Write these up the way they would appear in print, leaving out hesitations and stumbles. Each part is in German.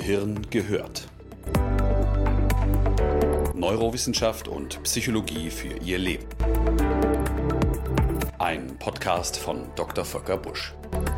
Gehirn gehört. Neurowissenschaft und Psychologie für Ihr Leben. Ein Podcast von Dr. Volker Busch.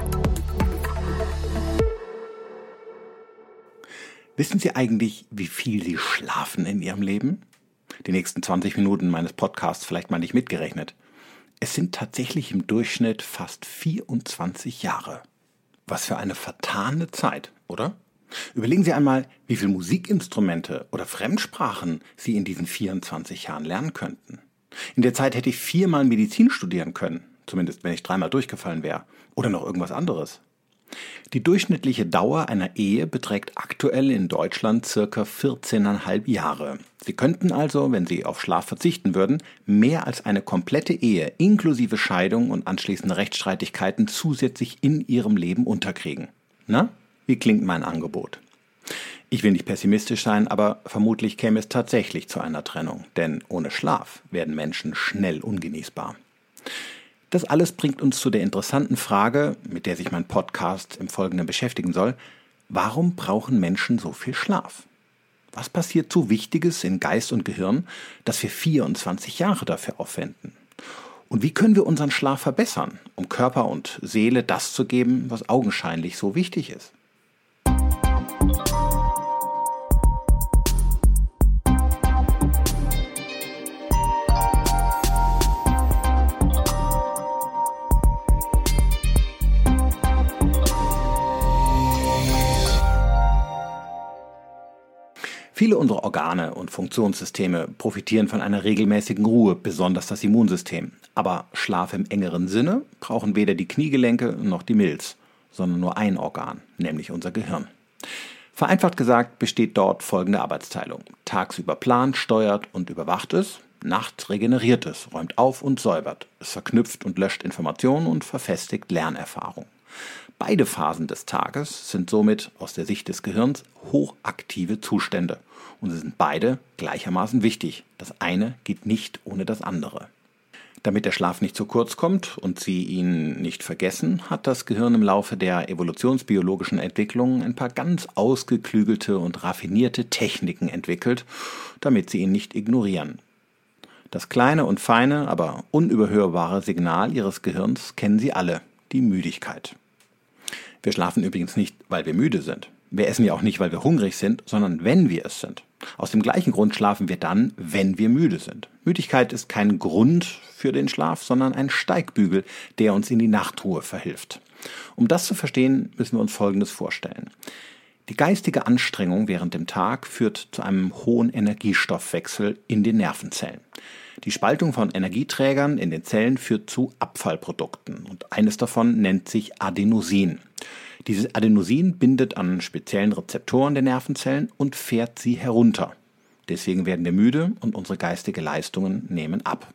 Wissen Sie eigentlich, wie viel Sie schlafen in Ihrem Leben? Die nächsten 20 Minuten meines Podcasts vielleicht mal nicht mitgerechnet. Es sind tatsächlich im Durchschnitt fast 24 Jahre. Was für eine vertane Zeit, oder? Überlegen Sie einmal, wie viele Musikinstrumente oder Fremdsprachen Sie in diesen 24 Jahren lernen könnten. In der Zeit hätte ich 4-mal Medizin studieren können, zumindest wenn ich 3-mal durchgefallen wäre, oder noch irgendwas anderes. Die durchschnittliche Dauer einer Ehe beträgt aktuell in Deutschland ca. 14,5 Jahre. Sie könnten also, wenn Sie auf Schlaf verzichten würden, mehr als eine komplette Ehe inklusive Scheidung und anschließende Rechtsstreitigkeiten zusätzlich in Ihrem Leben unterkriegen. Na, wie klingt mein Angebot? Ich will nicht pessimistisch sein, aber vermutlich käme es tatsächlich zu einer Trennung, denn ohne Schlaf werden Menschen schnell ungenießbar. Das alles bringt uns zu der interessanten Frage, mit der sich mein Podcast im Folgenden beschäftigen soll: Warum brauchen Menschen so viel Schlaf? Was passiert so Wichtiges in Geist und Gehirn, dass wir 24 Jahre dafür aufwenden? Und wie können wir unseren Schlaf verbessern, um Körper und Seele das zu geben, was augenscheinlich so wichtig ist? Viele unserer Organe und Funktionssysteme profitieren von einer regelmäßigen Ruhe, besonders das Immunsystem. Aber Schlaf im engeren Sinne brauchen weder die Kniegelenke noch die Milz, sondern nur ein Organ, nämlich unser Gehirn. Vereinfacht gesagt besteht dort folgende Arbeitsteilung: Tagsüber plant, steuert und überwacht es, nachts regeneriert es, räumt auf und säubert. Es verknüpft und löscht Informationen und verfestigt Lernerfahrung. Beide Phasen des Tages sind somit aus der Sicht des Gehirns hochaktive Zustände. Und sie sind beide gleichermaßen wichtig. Das eine geht nicht ohne das andere. Damit der Schlaf nicht zu kurz kommt und Sie ihn nicht vergessen, hat das Gehirn im Laufe der evolutionsbiologischen Entwicklung ein paar ganz ausgeklügelte und raffinierte Techniken entwickelt, damit Sie ihn nicht ignorieren. Das kleine und feine, aber unüberhörbare Signal Ihres Gehirns kennen Sie alle: die Müdigkeit. Wir schlafen übrigens nicht, weil wir müde sind. Wir essen ja auch nicht, weil wir hungrig sind, sondern wenn wir es sind. Aus dem gleichen Grund schlafen wir dann, wenn wir müde sind. Müdigkeit ist kein Grund für den Schlaf, sondern ein Steigbügel, der uns in die Nachtruhe verhilft. Um das zu verstehen, müssen wir uns Folgendes vorstellen. Die geistige Anstrengung während dem Tag führt zu einem hohen Energiestoffwechsel in den Nervenzellen. Die Spaltung von Energieträgern in den Zellen führt zu Abfallprodukten und eines davon nennt sich Adenosin. Dieses Adenosin bindet an speziellen Rezeptoren der Nervenzellen und fährt sie herunter. Deswegen werden wir müde und unsere geistige Leistungen nehmen ab.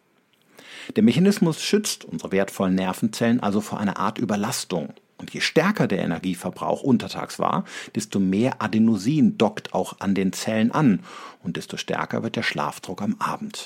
Der Mechanismus schützt unsere wertvollen Nervenzellen also vor einer Art Überlastung. Und je stärker der Energieverbrauch untertags war, desto mehr Adenosin dockt auch an den Zellen an und desto stärker wird der Schlafdruck am Abend.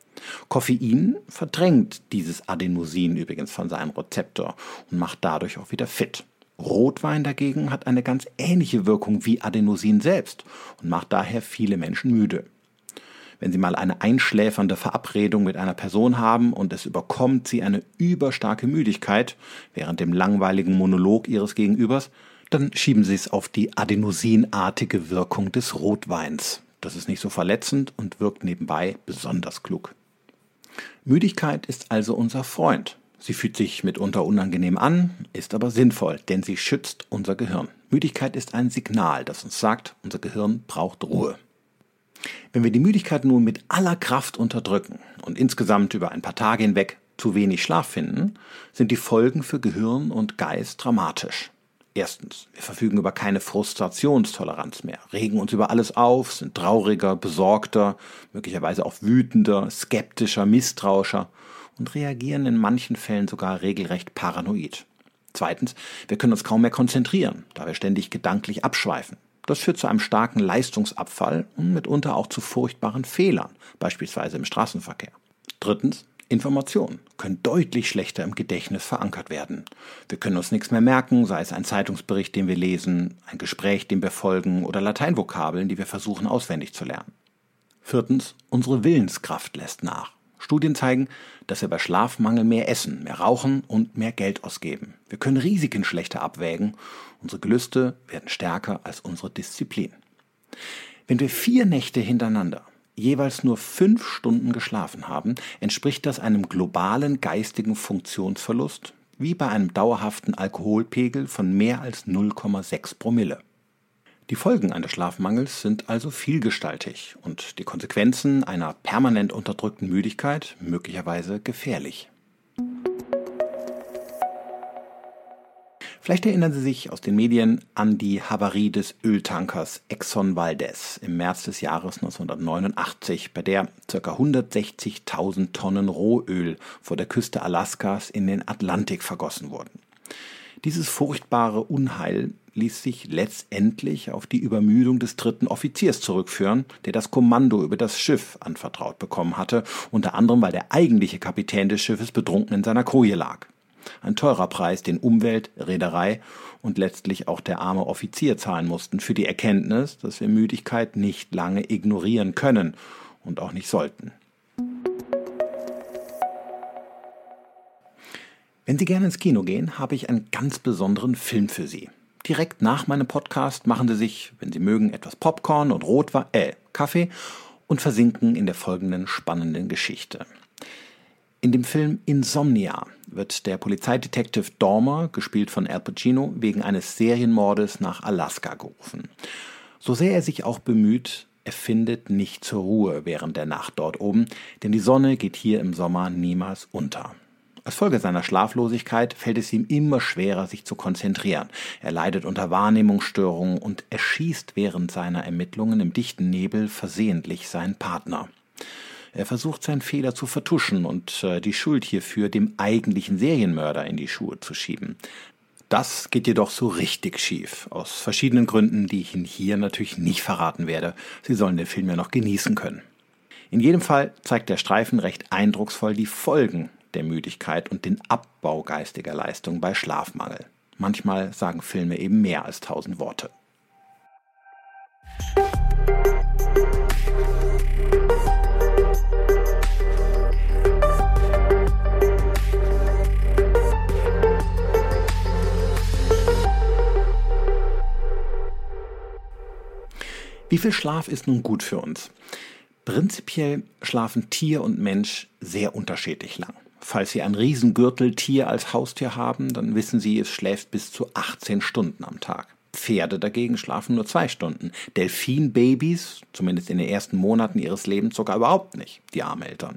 Koffein verdrängt dieses Adenosin übrigens von seinem Rezeptor und macht dadurch auch wieder fit. Rotwein dagegen hat eine ganz ähnliche Wirkung wie Adenosin selbst und macht daher viele Menschen müde. Wenn Sie mal eine einschläfernde Verabredung mit einer Person haben und es überkommt Sie eine überstarke Müdigkeit während dem langweiligen Monolog Ihres Gegenübers, dann schieben Sie es auf die adenosinartige Wirkung des Rotweins. Das ist nicht so verletzend und wirkt nebenbei besonders klug. Müdigkeit ist also unser Freund. Sie fühlt sich mitunter unangenehm an, ist aber sinnvoll, denn sie schützt unser Gehirn. Müdigkeit ist ein Signal, das uns sagt, unser Gehirn braucht Ruhe. Wenn wir die Müdigkeit nun mit aller Kraft unterdrücken und insgesamt über ein paar Tage hinweg zu wenig Schlaf finden, sind die Folgen für Gehirn und Geist dramatisch. Erstens, wir verfügen über keine Frustrationstoleranz mehr, regen uns über alles auf, sind trauriger, besorgter, möglicherweise auch wütender, skeptischer, misstrauischer und reagieren in manchen Fällen sogar regelrecht paranoid. Zweitens, wir können uns kaum mehr konzentrieren, da wir ständig gedanklich abschweifen. Das führt zu einem starken Leistungsabfall und mitunter auch zu furchtbaren Fehlern, beispielsweise im Straßenverkehr. Drittens, Informationen können deutlich schlechter im Gedächtnis verankert werden. Wir können uns nichts mehr merken, sei es ein Zeitungsbericht, den wir lesen, ein Gespräch, dem wir folgen oder Lateinvokabeln, die wir versuchen auswendig zu lernen. 4. Unsere Willenskraft lässt nach. Studien zeigen, dass wir bei Schlafmangel mehr essen, mehr rauchen und mehr Geld ausgeben. Wir können Risiken schlechter abwägen. Unsere Gelüste werden stärker als unsere Disziplin. Wenn wir 4 Nächte hintereinander jeweils nur 5 Stunden geschlafen haben, entspricht das einem globalen geistigen Funktionsverlust, wie bei einem dauerhaften Alkoholpegel von mehr als 0,6 Promille. Die Folgen eines Schlafmangels sind also vielgestaltig und die Konsequenzen einer permanent unterdrückten Müdigkeit möglicherweise gefährlich. Vielleicht erinnern Sie sich aus den Medien an die Havarie des Öltankers Exxon Valdez im März des Jahres 1989, bei der ca. 160.000 Tonnen Rohöl vor der Küste Alaskas in den Atlantik vergossen wurden. Dieses furchtbare Unheil ließ sich letztendlich auf die Übermüdung des 3. Offiziers zurückführen, der das Kommando über das Schiff anvertraut bekommen hatte, unter anderem weil der eigentliche Kapitän des Schiffes betrunken in seiner Koje lag. Ein teurer Preis, den Umwelt, Reederei und letztlich auch der arme Offizier zahlen mussten für die Erkenntnis, dass wir Müdigkeit nicht lange ignorieren können und auch nicht sollten. Wenn Sie gerne ins Kino gehen, habe ich einen ganz besonderen Film für Sie. Direkt nach meinem Podcast machen Sie sich, wenn Sie mögen, etwas Popcorn und Kaffee und versinken in der folgenden spannenden Geschichte. In dem Film Insomnia wird der Polizeidetektiv Dahmer, gespielt von Al Pacino, wegen eines Serienmordes nach Alaska gerufen. So sehr er sich auch bemüht, er findet nicht zur Ruhe während der Nacht dort oben, denn die Sonne geht hier im Sommer niemals unter. Als Folge seiner Schlaflosigkeit fällt es ihm immer schwerer, sich zu konzentrieren. Er leidet unter Wahrnehmungsstörungen und erschießt während seiner Ermittlungen im dichten Nebel versehentlich seinen Partner. Er versucht, seinen Fehler zu vertuschen und die Schuld hierfür dem eigentlichen Serienmörder in die Schuhe zu schieben. Das geht jedoch so richtig schief, aus verschiedenen Gründen, die ich Ihnen hier natürlich nicht verraten werde. Sie sollen den Film ja noch genießen können. In jedem Fall zeigt der Streifen recht eindrucksvoll die Folgen der Müdigkeit und den Abbau geistiger Leistung bei Schlafmangel. Manchmal sagen Filme eben mehr als 1000 Worte. Wie viel Schlaf ist nun gut für uns? Prinzipiell schlafen Tier und Mensch sehr unterschiedlich lang. Falls Sie ein Riesengürteltier als Haustier haben, dann wissen Sie, es schläft bis zu 18 Stunden am Tag. Pferde dagegen schlafen nur 2 Stunden. Delfinbabys, zumindest in den ersten Monaten ihres Lebens, sogar überhaupt nicht, die armen Eltern.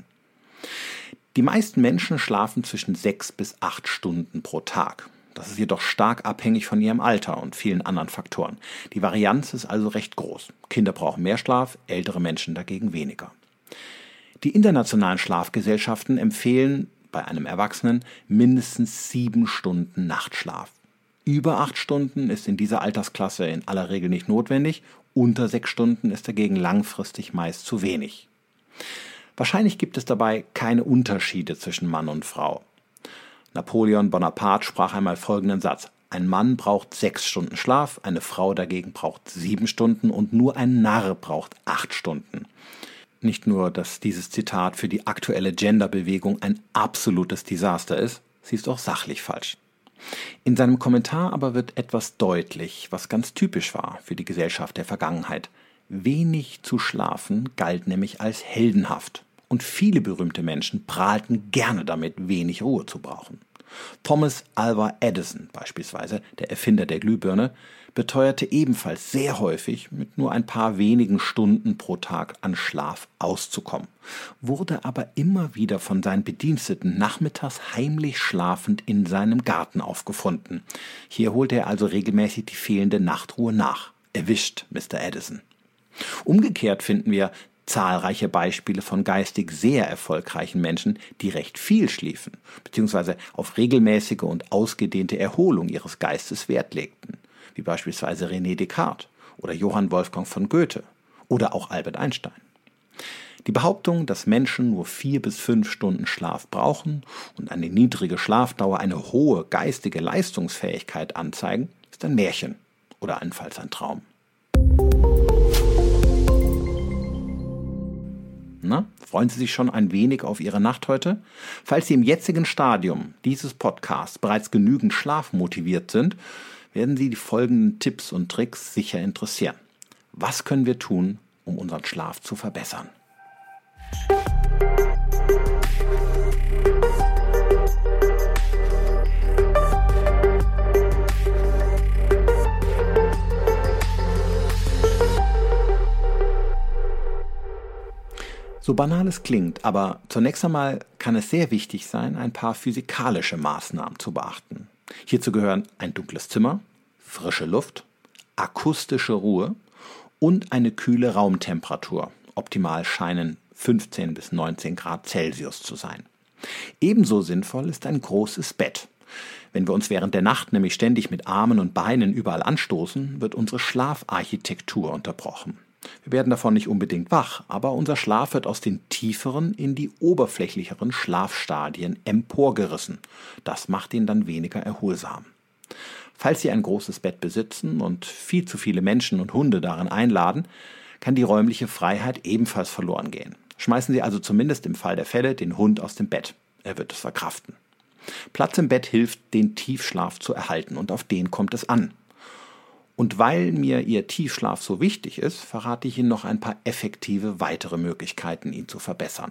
Die meisten Menschen schlafen zwischen 6 bis 8 Stunden pro Tag. Das ist jedoch stark abhängig von ihrem Alter und vielen anderen Faktoren. Die Varianz ist also recht groß. Kinder brauchen mehr Schlaf, ältere Menschen dagegen weniger. Die internationalen Schlafgesellschaften empfehlen bei einem Erwachsenen mindestens 7 Stunden Nachtschlaf. Über 8 Stunden ist in dieser Altersklasse in aller Regel nicht notwendig, unter 6 Stunden ist dagegen langfristig meist zu wenig. Wahrscheinlich gibt es dabei keine Unterschiede zwischen Mann und Frau. Napoleon Bonaparte sprach einmal folgenden Satz: Ein Mann braucht 6 Stunden Schlaf, eine Frau dagegen braucht 7 Stunden und nur ein Narr braucht 8 Stunden. Nicht nur, dass dieses Zitat für die aktuelle Genderbewegung ein absolutes Desaster ist, sie ist auch sachlich falsch. In seinem Kommentar aber wird etwas deutlich, was ganz typisch war für die Gesellschaft der Vergangenheit. Wenig zu schlafen galt nämlich als heldenhaft. Und viele berühmte Menschen prahlten gerne damit, wenig Ruhe zu brauchen. Thomas Alva Edison beispielsweise, der Erfinder der Glühbirne, beteuerte ebenfalls sehr häufig, mit nur ein paar wenigen Stunden pro Tag an Schlaf auszukommen, wurde aber immer wieder von seinen Bediensteten nachmittags heimlich schlafend in seinem Garten aufgefunden. Hier holte er also regelmäßig die fehlende Nachtruhe nach. Erwischt, Mr. Edison. Umgekehrt finden wir zahlreiche Beispiele von geistig sehr erfolgreichen Menschen, die recht viel schliefen, beziehungsweise auf regelmäßige und ausgedehnte Erholung ihres Geistes Wert legten, wie beispielsweise René Descartes oder Johann Wolfgang von Goethe oder auch Albert Einstein. Die Behauptung, dass Menschen nur 4 bis 5 Stunden Schlaf brauchen und eine niedrige Schlafdauer eine hohe geistige Leistungsfähigkeit anzeigen, ist ein Märchen oder allenfalls ein Traum. Na, freuen Sie sich schon ein wenig auf Ihre Nacht heute? Falls Sie im jetzigen Stadium dieses Podcasts bereits genügend schlafmotiviert sind, werden Sie die folgenden Tipps und Tricks sicher interessieren. Was können wir tun, um unseren Schlaf zu verbessern? So banal es klingt, aber zunächst einmal kann es sehr wichtig sein, ein paar physikalische Maßnahmen zu beachten. Hierzu gehören ein dunkles Zimmer, frische Luft, akustische Ruhe und eine kühle Raumtemperatur. Optimal scheinen 15 bis 19 Grad Celsius zu sein. Ebenso sinnvoll ist ein großes Bett. Wenn wir uns während der Nacht nämlich ständig mit Armen und Beinen überall anstoßen, wird unsere Schlafarchitektur unterbrochen. Wir werden davon nicht unbedingt wach, aber unser Schlaf wird aus den tieferen in die oberflächlicheren Schlafstadien emporgerissen. Das macht ihn dann weniger erholsam. Falls Sie ein großes Bett besitzen und viel zu viele Menschen und Hunde darin einladen, kann die räumliche Freiheit ebenfalls verloren gehen. Schmeißen Sie also zumindest im Fall der Fälle den Hund aus dem Bett. Er wird es verkraften. Platz im Bett hilft, den Tiefschlaf zu erhalten und auf den kommt es an. Und weil mir Ihr Tiefschlaf so wichtig ist, verrate ich Ihnen noch ein paar effektive weitere Möglichkeiten, ihn zu verbessern.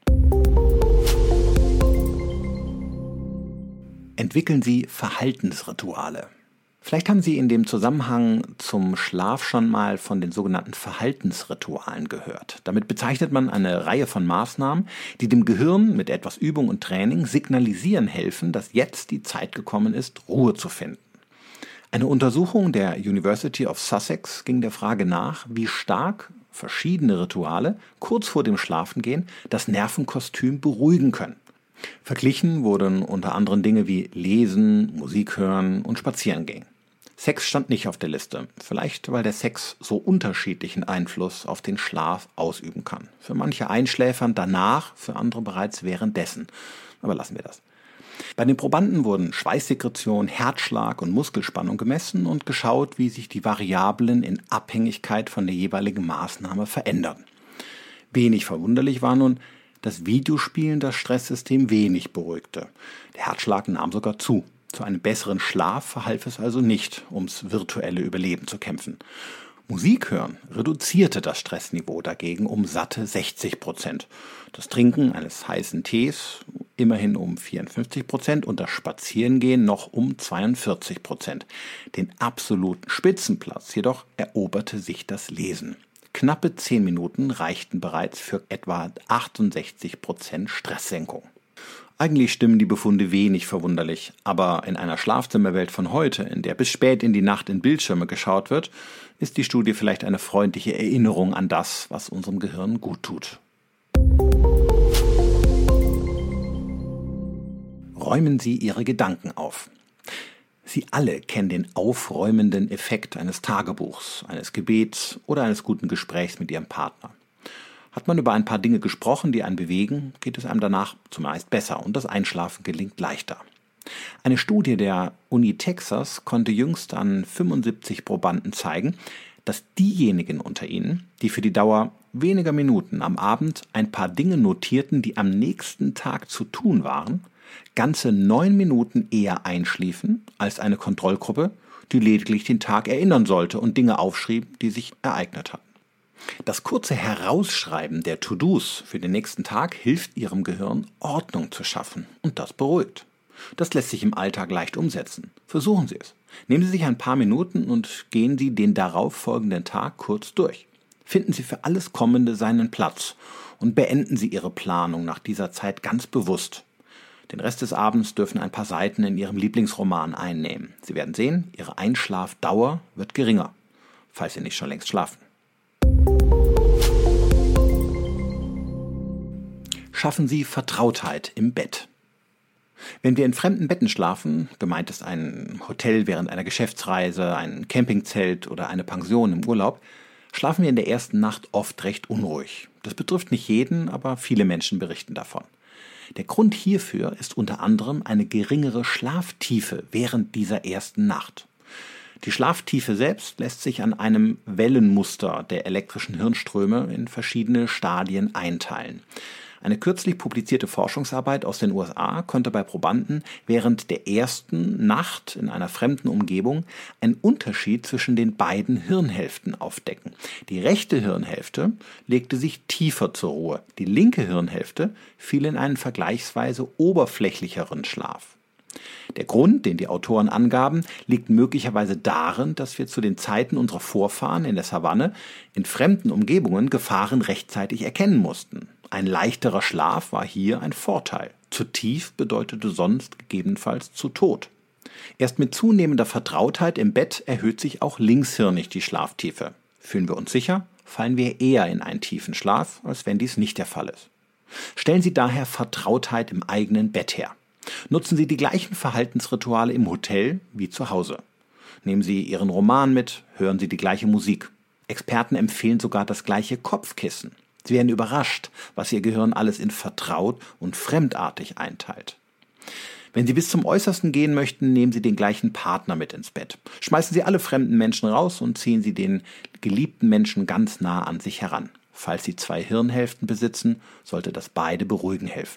Entwickeln Sie Verhaltensrituale. Vielleicht haben Sie in dem Zusammenhang zum Schlaf schon mal von den sogenannten Verhaltensritualen gehört. Damit bezeichnet man eine Reihe von Maßnahmen, die dem Gehirn mit etwas Übung und Training signalisieren helfen, dass jetzt die Zeit gekommen ist, Ruhe zu finden. Eine Untersuchung der University of Sussex ging der Frage nach, wie stark verschiedene Rituale kurz vor dem Schlafengehen das Nervenkostüm beruhigen können. Verglichen wurden unter anderem Dinge wie Lesen, Musik hören und Spazierengehen. Sex stand nicht auf der Liste, vielleicht weil der Sex so unterschiedlichen Einfluss auf den Schlaf ausüben kann. Für manche einschläfern danach, für andere bereits währenddessen. Aber lassen wir das. Bei den Probanden wurden Schweißsekretion, Herzschlag und Muskelspannung gemessen und geschaut, wie sich die Variablen in Abhängigkeit von der jeweiligen Maßnahme verändern. Wenig verwunderlich war nun, dass Videospielen das Stresssystem wenig beruhigte. Der Herzschlag nahm sogar zu. Zu einem besseren Schlaf verhalf es also nicht, ums virtuelle Überleben zu kämpfen. Musik hören reduzierte das Stressniveau dagegen um satte 60%. Das Trinken eines heißen Tees immerhin um 54% und das Spazierengehen noch um 42%. Den absoluten Spitzenplatz jedoch eroberte sich das Lesen. Knappe 10 Minuten reichten bereits für etwa 68% Stresssenkung. Eigentlich stimmen die Befunde wenig verwunderlich, aber in einer Schlafzimmerwelt von heute, in der bis spät in die Nacht in Bildschirme geschaut wird, ist die Studie vielleicht eine freundliche Erinnerung an das, was unserem Gehirn gut tut. Räumen Sie Ihre Gedanken auf. Sie alle kennen den aufräumenden Effekt eines Tagebuchs, eines Gebets oder eines guten Gesprächs mit Ihrem Partner. Hat man über ein paar Dinge gesprochen, die einen bewegen, geht es einem danach zumeist besser und das Einschlafen gelingt leichter. Eine Studie der Uni Texas konnte jüngst an 75 Probanden zeigen, dass diejenigen unter ihnen, die für die Dauer weniger Minuten am Abend ein paar Dinge notierten, die am nächsten Tag zu tun waren, ganze 9 Minuten eher einschliefen als eine Kontrollgruppe, die lediglich den Tag erinnern sollte und Dinge aufschrieb, die sich ereignet hatten. Das kurze Herausschreiben der To-Dos für den nächsten Tag hilft Ihrem Gehirn, Ordnung zu schaffen und das beruhigt. Das lässt sich im Alltag leicht umsetzen. Versuchen Sie es. Nehmen Sie sich ein paar Minuten und gehen Sie den darauf folgenden Tag kurz durch. Finden Sie für alles Kommende seinen Platz und beenden Sie Ihre Planung nach dieser Zeit ganz bewusst. Den Rest des Abends dürfen ein paar Seiten in Ihrem Lieblingsroman einnehmen. Sie werden sehen, Ihre Einschlafdauer wird geringer, falls Sie nicht schon längst schlafen. Schaffen Sie Vertrautheit im Bett. Wenn wir in fremden Betten schlafen, gemeint ist ein Hotel während einer Geschäftsreise, ein Campingzelt oder eine Pension im Urlaub, schlafen wir in der ersten Nacht oft recht unruhig. Das betrifft nicht jeden, aber viele Menschen berichten davon. Der Grund hierfür ist unter anderem eine geringere Schlaftiefe während dieser ersten Nacht. Die Schlaftiefe selbst lässt sich an einem Wellenmuster der elektrischen Hirnströme in verschiedene Stadien einteilen. Eine kürzlich publizierte Forschungsarbeit aus den USA konnte bei Probanden während der ersten Nacht in einer fremden Umgebung einen Unterschied zwischen den beiden Hirnhälften aufdecken. Die rechte Hirnhälfte legte sich tiefer zur Ruhe, die linke Hirnhälfte fiel in einen vergleichsweise oberflächlicheren Schlaf. Der Grund, den die Autoren angaben, liegt möglicherweise darin, dass wir zu den Zeiten unserer Vorfahren in der Savanne in fremden Umgebungen Gefahren rechtzeitig erkennen mussten. Ein leichterer Schlaf war hier ein Vorteil. Zu tief bedeutete sonst gegebenenfalls zu tot. Erst mit zunehmender Vertrautheit im Bett erhöht sich auch linkshirnig die Schlaftiefe. Fühlen wir uns sicher, fallen wir eher in einen tiefen Schlaf, als wenn dies nicht der Fall ist. Stellen Sie daher Vertrautheit im eigenen Bett her. Nutzen Sie die gleichen Verhaltensrituale im Hotel wie zu Hause. Nehmen Sie Ihren Roman mit, hören Sie die gleiche Musik. Experten empfehlen sogar das gleiche Kopfkissen. Sie werden überrascht, was Ihr Gehirn alles in vertraut und fremdartig einteilt. Wenn Sie bis zum Äußersten gehen möchten, nehmen Sie den gleichen Partner mit ins Bett. Schmeißen Sie alle fremden Menschen raus und ziehen Sie den geliebten Menschen ganz nah an sich heran. Falls Sie 2 Hirnhälften besitzen, sollte das beide beruhigen helfen.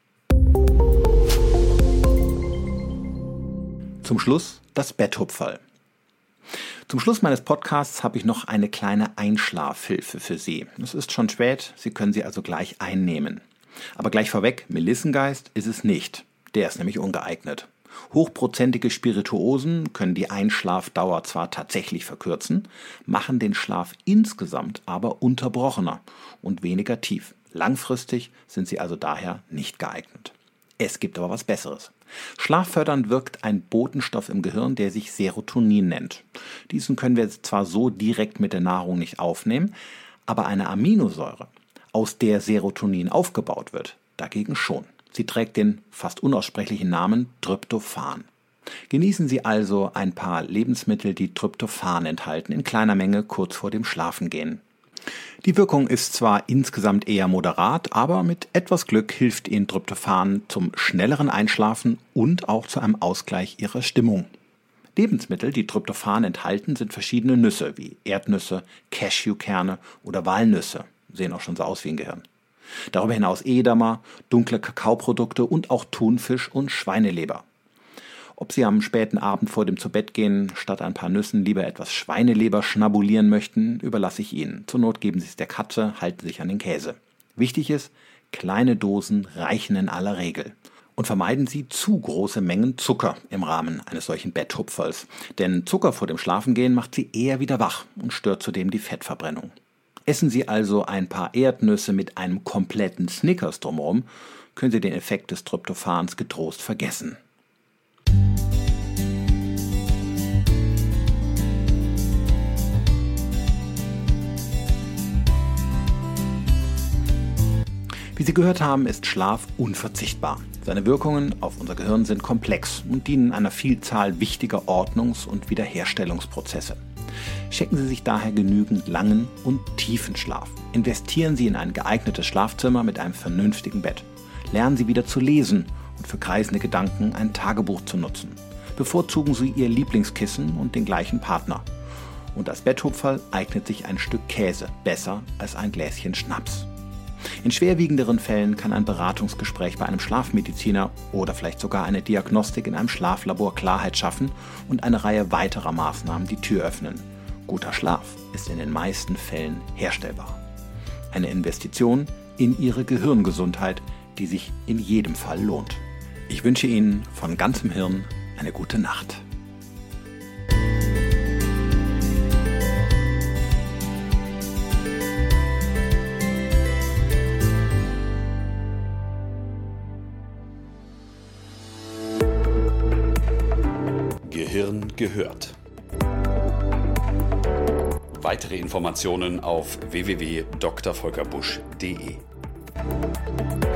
Zum Schluss das Betthupferl. Zum Schluss meines Podcasts habe ich noch eine kleine Einschlafhilfe für Sie. Es ist schon spät, Sie können sie also gleich einnehmen. Aber gleich vorweg, Melissengeist ist es nicht. Der ist nämlich ungeeignet. Hochprozentige Spirituosen können die Einschlafdauer zwar tatsächlich verkürzen, machen den Schlaf insgesamt aber unterbrochener und weniger tief. Langfristig sind sie also daher nicht geeignet. Es gibt aber was Besseres. Schlaffördernd wirkt ein Botenstoff im Gehirn, der sich Serotonin nennt. Diesen können wir zwar so direkt mit der Nahrung nicht aufnehmen, aber eine Aminosäure, aus der Serotonin aufgebaut wird, dagegen schon. Sie trägt den fast unaussprechlichen Namen Tryptophan. Genießen Sie also ein paar Lebensmittel, die Tryptophan enthalten, in kleiner Menge kurz vor dem Schlafengehen. Die Wirkung ist zwar insgesamt eher moderat, aber mit etwas Glück hilft Ihnen Tryptophan zum schnelleren Einschlafen und auch zu einem Ausgleich Ihrer Stimmung. Lebensmittel, die Tryptophan enthalten, sind verschiedene Nüsse wie Erdnüsse, Cashewkerne oder Walnüsse. Sehen auch schon so aus wie ein Gehirn. Darüber hinaus Edamer, dunkle Kakaoprodukte und auch Thunfisch und Schweineleber. Ob Sie am späten Abend vor dem Zubettgehen statt ein paar Nüssen lieber etwas Schweineleber schnabulieren möchten, überlasse ich Ihnen. Zur Not geben Sie es der Katze, halten Sie sich an den Käse. Wichtig ist, kleine Dosen reichen in aller Regel. Und vermeiden Sie zu große Mengen Zucker im Rahmen eines solchen Betthupferls. Denn Zucker vor dem Schlafengehen macht Sie eher wieder wach und stört zudem die Fettverbrennung. Essen Sie also ein paar Erdnüsse mit einem kompletten Snickers drumherum, können Sie den Effekt des Tryptophans getrost vergessen. Wie Sie gehört haben, ist Schlaf unverzichtbar. Seine Wirkungen auf unser Gehirn sind komplex und dienen einer Vielzahl wichtiger Ordnungs- und Wiederherstellungsprozesse. Schenken Sie sich daher genügend langen und tiefen Schlaf. Investieren Sie in ein geeignetes Schlafzimmer mit einem vernünftigen Bett. Lernen Sie wieder zu lesen und für kreisende Gedanken ein Tagebuch zu nutzen. Bevorzugen Sie Ihr Lieblingskissen und den gleichen Partner. Und als Betthupferl eignet sich ein Stück Käse besser als ein Gläschen Schnaps. In schwerwiegenderen Fällen kann ein Beratungsgespräch bei einem Schlafmediziner oder vielleicht sogar eine Diagnostik in einem Schlaflabor Klarheit schaffen und eine Reihe weiterer Maßnahmen die Tür öffnen. Guter Schlaf ist in den meisten Fällen herstellbar. Eine Investition in Ihre Gehirngesundheit, die sich in jedem Fall lohnt. Ich wünsche Ihnen von ganzem Hirn eine gute Nacht. Gehirn gehört. Weitere Informationen auf www.drvolkerbusch.de